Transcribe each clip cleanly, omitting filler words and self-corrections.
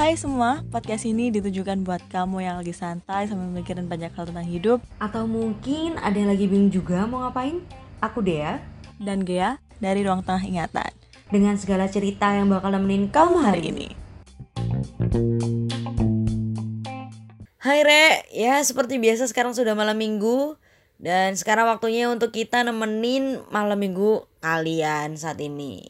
Hai semua, podcast ini ditujukan buat kamu yang lagi santai sambil mikirin banyak hal tentang hidup. Atau mungkin ada yang lagi bingung juga mau ngapain? Aku Dea, Dan Gea dari Ruang Tengah Ingatan. dengan segala cerita yang bakal nemenin Kamu hari ini. Hai Re, ya seperti biasa sekarang sudah malam minggu. Dan sekarang waktunya untuk kita nemenin malam minggu kalian saat ini.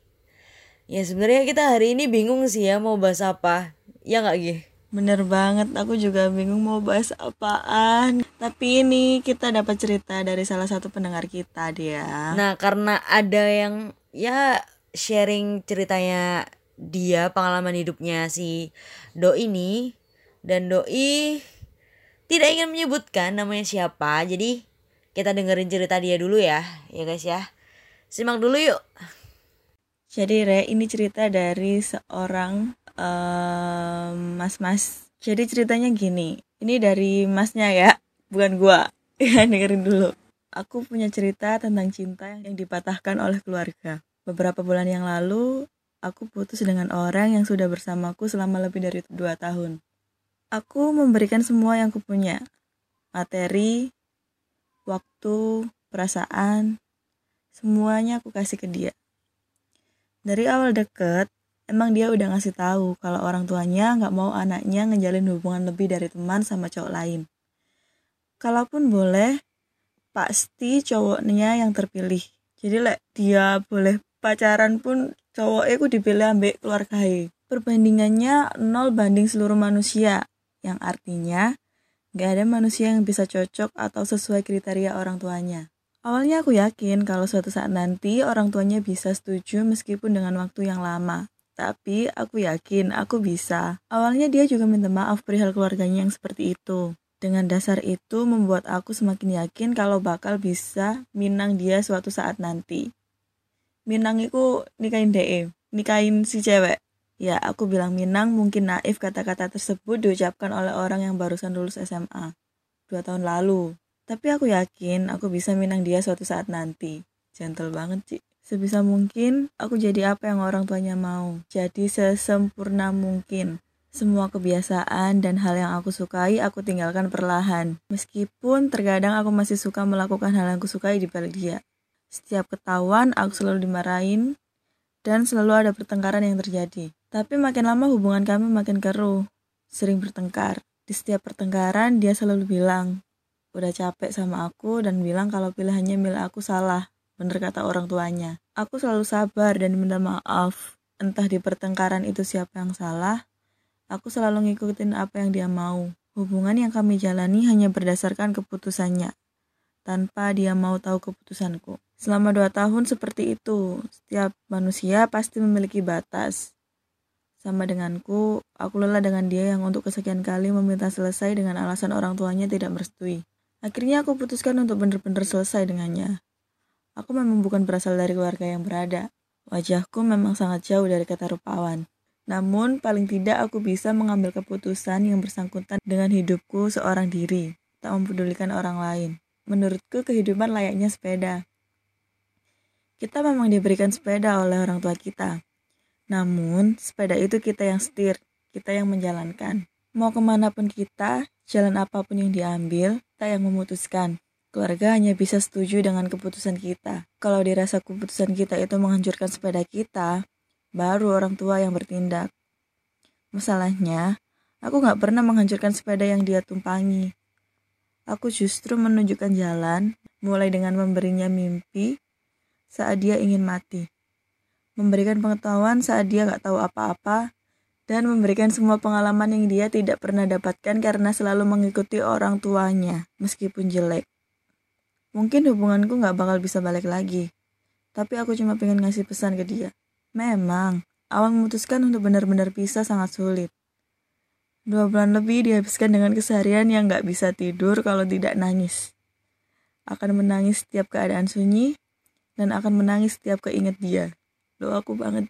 Ya sebenarnya kita hari ini bingung sih ya mau bahas apa. Ya gak Gi? Bener banget, aku juga bingung mau bahas apaan. Tapi ini kita dapat cerita dari salah satu pendengar kita dia. Nah karena ada yang ya sharing ceritanya dia, pengalaman hidupnya si Doi ini. Dan Doi tidak ingin menyebutkan namanya siapa. Jadi kita dengerin cerita dia dulu ya guys ya. Simak dulu yuk. Jadi Re, ini cerita dari seorang mas-mas. Jadi ceritanya gini, ini dari masnya ya, bukan gua. Ya, dengerin dulu. Aku punya cerita tentang cinta yang dipatahkan oleh keluarga. Beberapa bulan yang lalu, aku putus dengan orang yang sudah bersamaku selama lebih dari 2 tahun. Aku memberikan semua yang kupunya. Materi, waktu, perasaan, semuanya aku kasih ke dia. Dari awal deket, emang dia udah ngasih tahu kalau orang tuanya nggak mau anaknya ngejalin hubungan lebih dari teman sama cowok lain. Kalaupun boleh, pasti cowoknya yang terpilih. Jadi dia boleh pacaran pun cowoknya ku dipilih ambek keluargae. Perbandingannya 0 banding seluruh manusia, yang artinya nggak ada manusia yang bisa cocok atau sesuai kriteria orang tuanya. Awalnya aku yakin kalau suatu saat nanti orang tuanya bisa setuju meskipun dengan waktu yang lama. Tapi aku yakin aku bisa. Awalnya dia juga minta maaf perihal keluarganya yang seperti itu. Dengan dasar itu membuat aku semakin yakin kalau bakal bisa minang dia suatu saat nanti. Minang itu nikahin nikahin si cewek. Ya, aku bilang minang mungkin naif kata-kata tersebut diucapkan oleh orang yang barusan lulus SMA 2 tahun lalu. Tapi aku yakin aku bisa minang dia suatu saat nanti. Gentle banget sih. Sebisa mungkin aku jadi apa yang orang tuanya mau. Jadi sesempurna mungkin. Semua kebiasaan dan hal yang aku sukai aku tinggalkan perlahan. Meskipun terkadang aku masih suka melakukan hal yang aku sukai di balik dia. Setiap ketahuan aku selalu dimarahin dan selalu ada pertengkaran yang terjadi. Tapi makin lama hubungan kami makin keruh. Sering bertengkar. Di setiap pertengkaran dia selalu bilang, udah capek sama aku dan bilang kalau pilihannya milik aku salah, bener kata orang tuanya. Aku selalu sabar dan minta maaf. Entah di pertengkaran itu siapa yang salah, aku selalu ngikutin apa yang dia mau. Hubungan yang kami jalani hanya berdasarkan keputusannya, tanpa dia mau tahu keputusanku. Selama 2 tahun seperti itu, setiap manusia pasti memiliki batas. Sama denganku, aku lelah dengan dia yang untuk kesekian kali meminta selesai dengan alasan orang tuanya tidak merestui. Akhirnya aku putuskan untuk benar-benar selesai dengannya. Aku memang bukan berasal dari keluarga yang berada. Wajahku memang sangat jauh dari kata rupawan. Namun, paling tidak aku bisa mengambil keputusan yang bersangkutan dengan hidupku seorang diri, tak mempedulikan orang lain. Menurutku, kehidupan layaknya sepeda. Kita memang diberikan sepeda oleh orang tua kita. Namun, sepeda itu kita yang setir, kita yang menjalankan. Mau kemanapun kita, jalan apapun yang diambil, kita yang memutuskan. Keluarga hanya bisa setuju dengan keputusan kita. Kalau dirasa keputusan kita itu menghancurkan sepeda kita, baru orang tua yang bertindak. Masalahnya, aku gak pernah menghancurkan sepeda yang dia tumpangi. Aku justru menunjukkan jalan, mulai dengan memberinya mimpi saat dia ingin mati. Memberikan pengetahuan saat dia gak tahu apa-apa, dan memberikan semua pengalaman yang dia tidak pernah dapatkan karena selalu mengikuti orang tuanya, meskipun jelek. Mungkin hubunganku gak bakal bisa balik lagi, tapi aku cuma pengen ngasih pesan ke dia. Memang, awal memutuskan untuk benar-benar pisah sangat sulit. 2 bulan lebih dihabiskan dengan keseharian yang gak bisa tidur kalau tidak nangis. Akan menangis setiap keadaan sunyi, dan akan menangis setiap keinget dia. Doaku banget.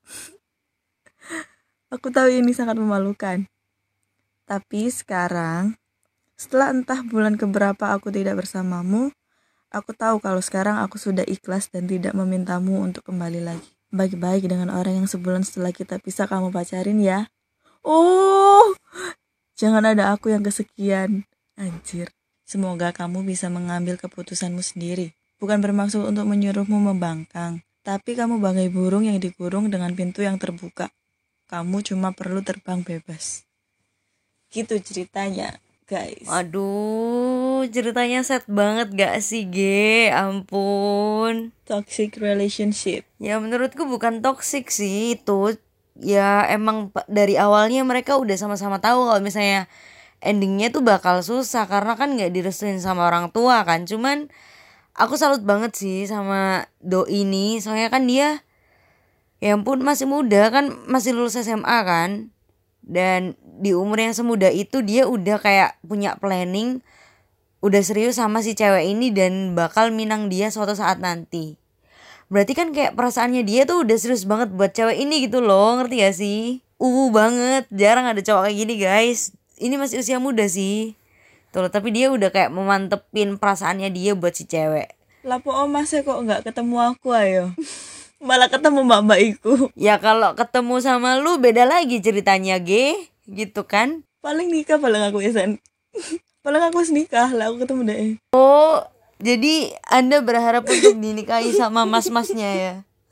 Aku tahu ini sangat memalukan. Tapi sekarang, setelah entah bulan keberapa aku tidak bersamamu, aku tahu kalau sekarang aku sudah ikhlas dan tidak memintamu untuk kembali lagi. Baik-baik dengan orang yang sebulan setelah kita pisah kamu pacarin ya. Oh, jangan ada aku yang kesekian. Anjir. Semoga kamu bisa mengambil keputusanmu sendiri. Bukan bermaksud untuk menyuruhmu membangkang, tapi kamu bagai burung yang dikurung dengan pintu yang terbuka. Kamu cuma perlu terbang bebas. Gitu ceritanya, guys. Aduh, ceritanya sad banget gak sih, ampun. Toxic relationship. Ya menurutku bukan toxic sih itu. Ya emang dari awalnya mereka udah sama-sama tahu kalau misalnya endingnya tuh bakal susah karena kan gak direstuin sama orang tua kan. Cuman aku salut banget sih sama doi ini, soalnya kan dia ya ampun masih muda kan, masih lulus SMA kan. Dan di umur yang semuda itu dia udah kayak punya planning, udah serius sama si cewek ini dan bakal minang dia suatu saat nanti. Berarti kan kayak perasaannya dia tuh udah serius banget buat cewek ini gitu loh, ngerti gak sih? Banget, jarang ada cowok kayak gini guys. Ini masih usia muda sih. Tuh, tapi dia udah kayak memantepin perasaannya dia buat si cewek. Lapo masnya kok nggak ketemu aku ayo. Malah ketemu mbak iku. Ya kalau ketemu sama lu beda lagi ceritanya gitu kan. Paling nikah paling aku isen. Paling aku nikah lah aku ketemu deh. Oh, jadi Anda berharap untuk dinikahi sama mas-masnya ya?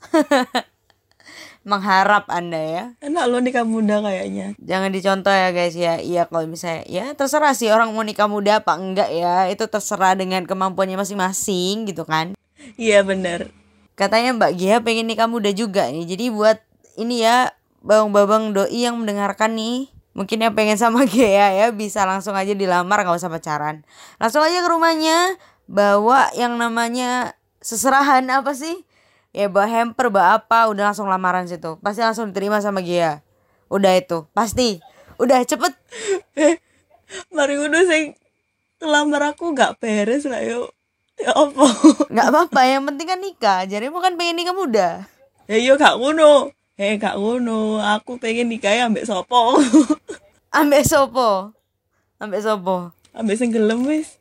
Mengharap Anda ya. Enak lo nikah muda kayaknya. Jangan dicontoh ya guys ya. Iya kalau misalnya ya terserah sih orang mau nikah muda apa enggak ya. Itu terserah dengan kemampuannya masing-masing gitu kan. Iya benar. Katanya Mbak Gia pengen nikah muda juga nih. Jadi buat ini ya babang-babang doi yang mendengarkan nih, mungkin yang pengen sama Gia ya bisa langsung aja dilamar, gak usah pacaran. Langsung aja ke rumahnya, bawa yang namanya seserahan apa sih? Ya bawa hamper, bawa apa, udah langsung lamaran situ. Pasti langsung diterima sama Gia. Udah itu, pasti. Udah cepet. Mari udah sing lamar aku gak beres lah yuk. Ya apa? Gak apa-apa, yang penting kan nikah. Jadi kan pengen nikah muda. Ya yuk gak ngono. Gak ngono. Aku pengen nikah ambek sopo. Ambek sopo? Ambek sopo? Ambek sing gelem wis.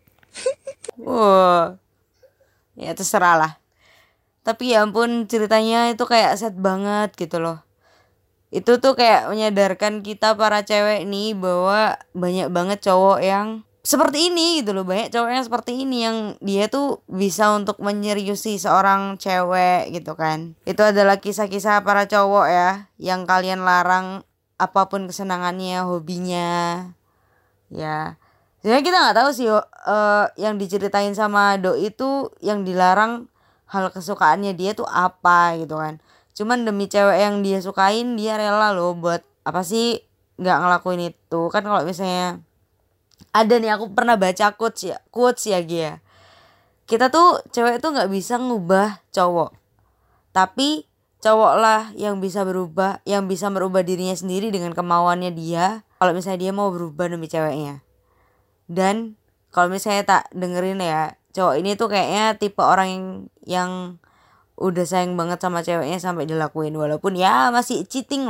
Wah. Ya terserah lah. Tapi ya ampun ceritanya itu kayak sad banget gitu loh. Itu tuh kayak menyadarkan kita para cewek nih bahwa banyak banget cowok yang seperti ini gitu loh. Banyak cowok yang seperti ini yang dia tuh bisa untuk menyeriusi seorang cewek gitu kan. Itu adalah kisah-kisah para cowok ya, yang kalian larang apapun kesenangannya, hobinya. Ya. Sebenarnya kita nggak tahu sih yang diceritain sama doi itu yang dilarang hal kesukaannya dia tuh apa gitu kan. Cuman demi cewek yang dia sukain dia rela loh buat apa sih nggak ngelakuin itu kan. Kalau misalnya ada nih, aku pernah baca quotes ya Gia. Kita tuh cewek tuh nggak bisa ngubah cowok, tapi cowok lah yang bisa berubah, yang bisa merubah dirinya sendiri dengan kemauannya dia. Kalau misalnya dia mau berubah demi ceweknya. Dan kalau misalnya tak dengerin ya, cowok ini tuh kayaknya tipe orang yang udah sayang banget sama ceweknya sampai dilakuin, walaupun ya masih cheating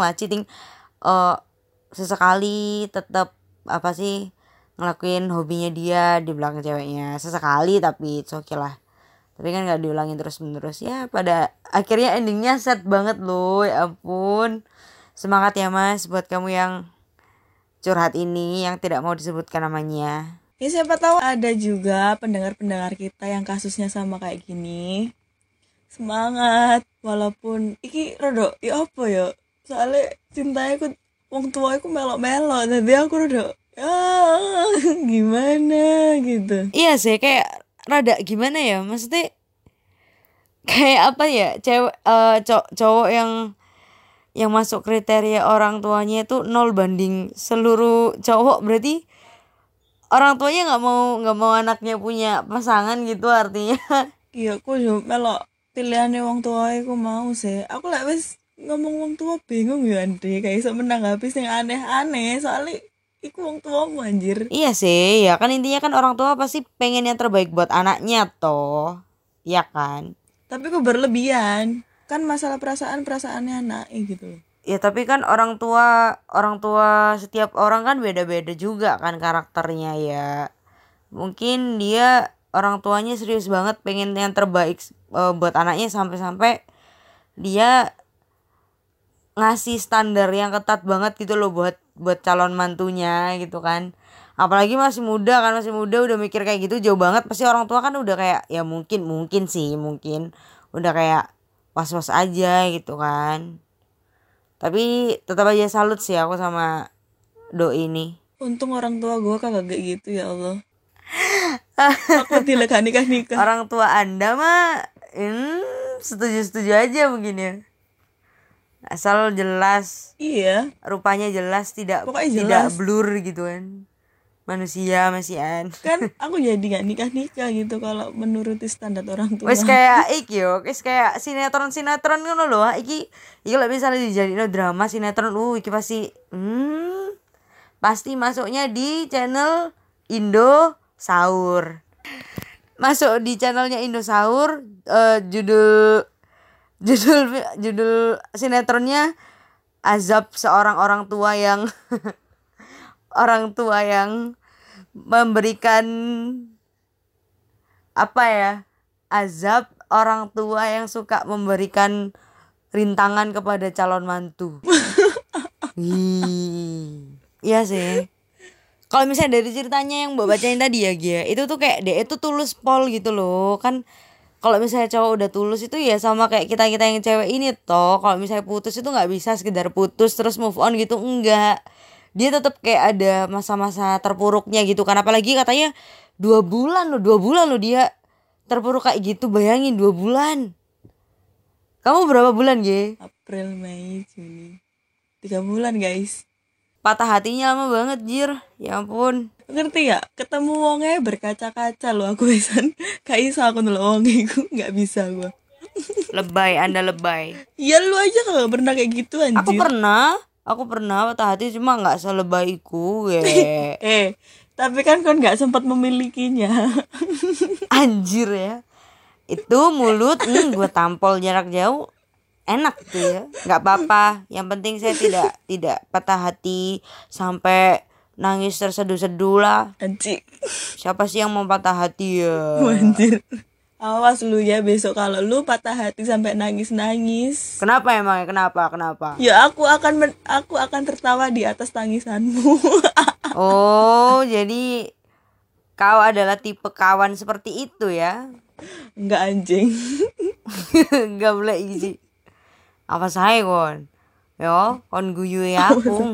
sesekali tetap apa sih ngelakuin hobinya dia di belakang ceweknya sesekali, tapi it's okay lah. Tapi kan nggak diulangin terus menerus ya. Pada akhirnya endingnya sad banget loh, ya ampun. Semangat ya mas buat kamu yang curhat ini yang tidak mau disebutkan namanya. Ya siapa tahu ada juga pendengar-pendengar kita yang kasusnya sama kayak gini. Semangat, walaupun iki rodok ya apa ya, soalnya cintanya aku wong tua aku melok-melok, jadi aku rodok gimana gitu. Iya sih kayak rada gimana ya, maksudnya kayak apa ya, cowok yang masuk kriteria orang tuanya itu 0 banding seluruh cowok, berarti orang tuanya nggak mau anaknya punya pasangan gitu artinya. Iya aku juga melok pilihannya wong tua aku mau sih. Aku lah wis ngomong wong tua bingung ya Andre, kayak iso menanggapi sing aneh-aneh soalnya iku wong tuamu anjir. Iya sih, ya kan intinya kan orang tua pasti pengen yang terbaik buat anaknya toh. Iya kan? Tapi kok berlebihan. Kan masalah perasaannya anak gitu loh. Ya tapi kan orang tua setiap orang kan beda-beda juga kan karakternya ya. Mungkin dia orang tuanya serius banget pengen yang terbaik buat anaknya sampai-sampai dia ngasih standar yang ketat banget gitu loh buat calon mantunya gitu kan. Apalagi masih muda kan, masih muda udah mikir kayak gitu jauh banget. Pasti orang tua kan udah kayak ya mungkin sih mungkin udah kayak was-was aja gitu kan. Tapi tetap aja salut sih aku sama doi ini. Untung orang tua gue kagak kayak gitu ya Allah. Aku tidak nikah. Orang tua Anda mah setuju-setuju aja mungkin ya. Asal jelas, Iya, rupanya jelas, tidak pokoknya tidak jelas. blur gitu kan. Manusia masihan. Kan aku jadi gak nikah gitu kalau menuruti standar orang tua. Wes kayak iki yo, wes kayak sinetron ngono lho. Iki lek misalnya dijadiin drama sinetron, iki pasti masuknya di channel Indo Sahur. Masuk di channelnya Indo Sahur, judul sinetronnya azab seorang orang tua yang memberikan apa ya, azab orang tua yang suka memberikan rintangan kepada calon mantu. Iya sih. Kalau misalnya dari ceritanya yang mbak bacain tadi ya Gia, itu tuh kayak dia itu tulus pol gitu loh kan. Kalau misalnya cowok udah tulus itu ya sama kayak kita yang cewek ini toh. Kalau misalnya putus itu nggak bisa sekedar putus terus move on gitu, enggak. Dia tetap kayak ada masa-masa terpuruknya gitu kan. Apalagi katanya 2 bulan loh dia terpuruk kayak gitu. Bayangin 2 bulan. Kamu berapa bulan Ge? April, Mei, Juni. 3 bulan guys. Patah hatinya lama banget Jir. Ya ampun. Ngerti gak? Ketemu wongnya berkaca-kaca loh aku besan. Gak bisa aku nolak wongnya gue. Gak bisa gue. Lebay, Anda lebay. Ya lu aja kagak pernah kayak gitu anjir. Aku pernah patah hati cuma gak selebay gue. Tapi kan gak sempat memilikinya. Anjir ya. Itu mulut gue tampol jarak jauh. Enak tuh ya, nggak apa-apa. Yang penting saya tidak patah hati sampai nangis terseduh-seduh lah. Anjir. Siapa sih yang mau patah hati ya? Anjir. Awas lu ya besok kalau lu patah hati sampai nangis. Kenapa emang? Kenapa? Ya aku akan tertawa di atas tangisanmu. Oh, jadi kau adalah tipe kawan seperti itu ya? Enggak anjing. Enggak boleh isi. Apa saya kon? Yo, kon guyu ya aku.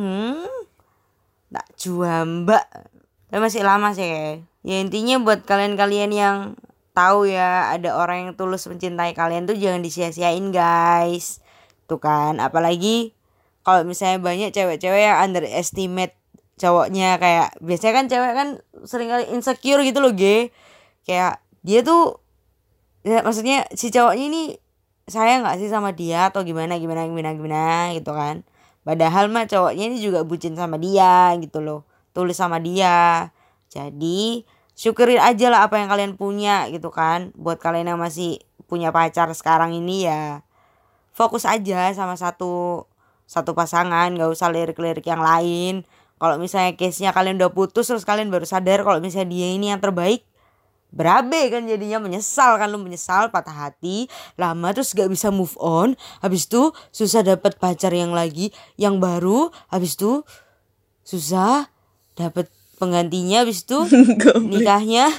Tak juamba. Tapi masih lama sih. Ya intinya buat kalian-kalian yang tahu ya ada orang yang tulus mencintai kalian tuh jangan disia-siain guys. Tuh kan, apalagi kalau misalnya banyak cewek-cewek yang underestimate cowoknya. Kayak biasanya kan cewek kan sering kali insecure gitu loh Ge. Kayak dia tuh ya, maksudnya si cowoknya ini saya nggak sih sama dia atau gimana gitu kan. Padahal mah cowoknya ini juga bucin sama dia gitu loh, tulus sama dia. Jadi syukurin aja lah apa yang kalian punya gitu kan. Buat kalian yang masih punya pacar sekarang ini ya fokus aja sama satu pasangan, nggak usah lirik-lirik yang lain. Kalau misalnya case-nya kalian udah putus terus kalian baru sadar kalau misalnya dia ini yang terbaik, berabe kan jadinya, menyesal kan, lu menyesal, patah hati lama terus gak bisa move on, habis itu susah dapet pacar yang lagi yang baru, habis itu susah dapet penggantinya, habis itu nikahnya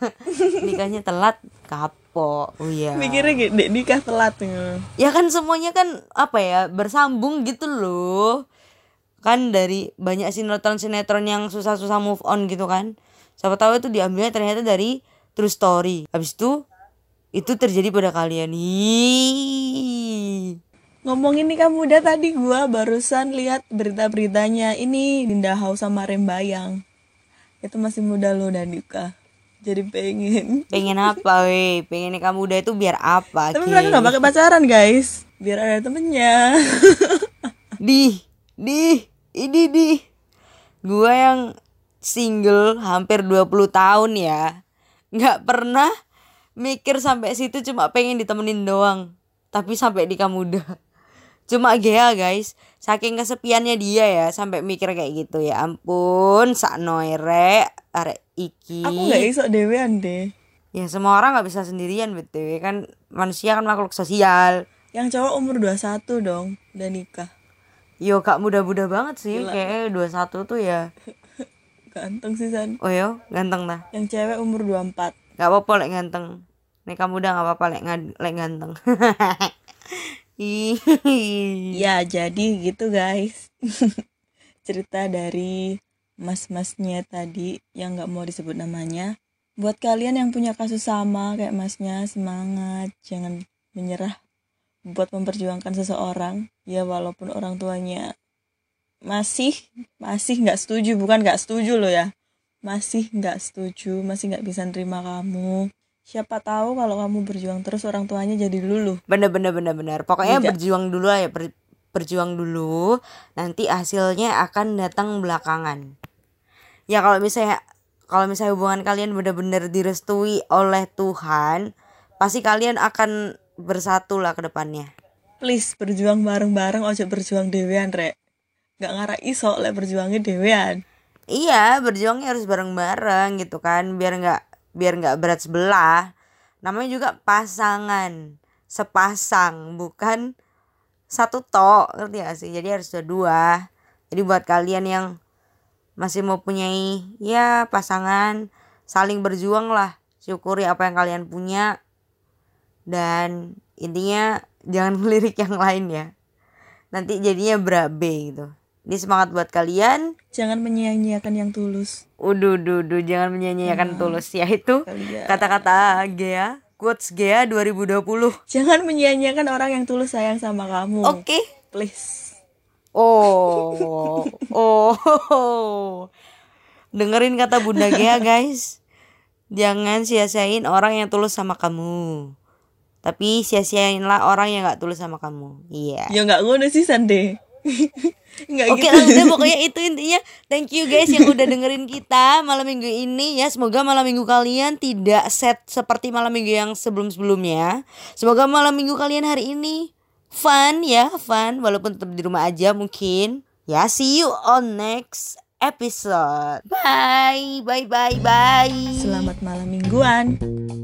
telat, kapok. Oh iya, Mikirnya gede nikah telat ya kan semuanya kan apa ya, bersambung gitu loh kan. Dari banyak sinetron yang susah-susah move on gitu kan, siapa tahu itu diambilnya ternyata dari true story. Habis itu terjadi pada kalian. Ngomongin nikah muda tadi gua barusan lihat berita-beritanya ini Dinda House sama Rembayang. Itu masih muda loh dan nikah. Jadi pengen apa weh? Pengen nikah muda itu biar apa? Tapi mereka gak pakai pacaran guys, biar ada temennya. Ini gua yang single hampir 20 tahun ya, nggak pernah mikir sampai situ, cuma pengen ditemenin doang. Tapi sampai nikah muda cuma Gea guys, saking kesepiannya dia ya sampai mikir kayak gitu. Ya ampun, saknoe arek iki. Aku nggak iso dewean deh. Ya semua orang nggak bisa sendirian btw kan, manusia kan makhluk sosial. Yang cowok umur 21 dong udah nikah. Yo gak muda-muda banget sih. Gila. Kayak 21 tuh ya. Ganteng sih San. Oh yo ganteng dah. Yang cewek umur 24. Gak apa-apa lek ganteng. Nek kamu udah gak apa-apa lek ganteng. Ya jadi gitu guys. Cerita dari mas-masnya tadi yang gak mau disebut namanya. Buat kalian yang punya kasus sama kayak masnya, semangat, jangan menyerah buat memperjuangkan seseorang. Ya walaupun orang tuanya masih nggak setuju, bukan nggak setuju loh ya, masih nggak setuju, masih nggak bisa nerima kamu. Siapa tahu kalau kamu berjuang terus orang tuanya jadi luluh. Bener. Pokoknya Iya. berjuang dulu ya, berjuang dulu. Nanti hasilnya akan datang belakangan. Ya kalau misalnya hubungan kalian benar-benar direstui oleh Tuhan, pasti kalian akan bersatu lah ke depannya. Please berjuang bareng-bareng, ojo berjuang dewean rek. Nggak ngarah iso lek berjuangnya dewean. Iya, berjuangnya harus bareng-bareng gitu kan, biar nggak berat sebelah. Namanya juga pasangan, sepasang, bukan satu tok, ngerti gak sih? Jadi harus dua. Jadi buat kalian yang masih mau punyai ya pasangan, saling berjuang lah, syukuri apa yang kalian punya. Dan intinya jangan melirik yang lain ya, nanti jadinya berabe gitu. Ini semangat buat kalian. Jangan menyia-nyiakan yang tulus. Jangan menyia-nyiakan tulus ya, itu Kalian. kata-kata Gea, quotes Gea 2020. Jangan menyia-nyiakan orang yang tulus sayang sama kamu. Oke. Please. Oh. Dengerin kata Bunda Gea guys. Jangan sia-siain orang yang tulus sama kamu, tapi sia-siainlah orang yang gak tulus sama kamu. Iya. Ya nggak ngono sih Sande. Nggak Oke gitu. lah udah, pokoknya itu intinya. Thank you guys yang udah dengerin kita malam minggu ini ya. Semoga malam minggu kalian tidak set seperti malam minggu yang sebelum-sebelumnya. Semoga malam minggu kalian hari ini fun walaupun tetap di rumah aja mungkin. Ya, see you on next episode. Bye. Selamat malam mingguan.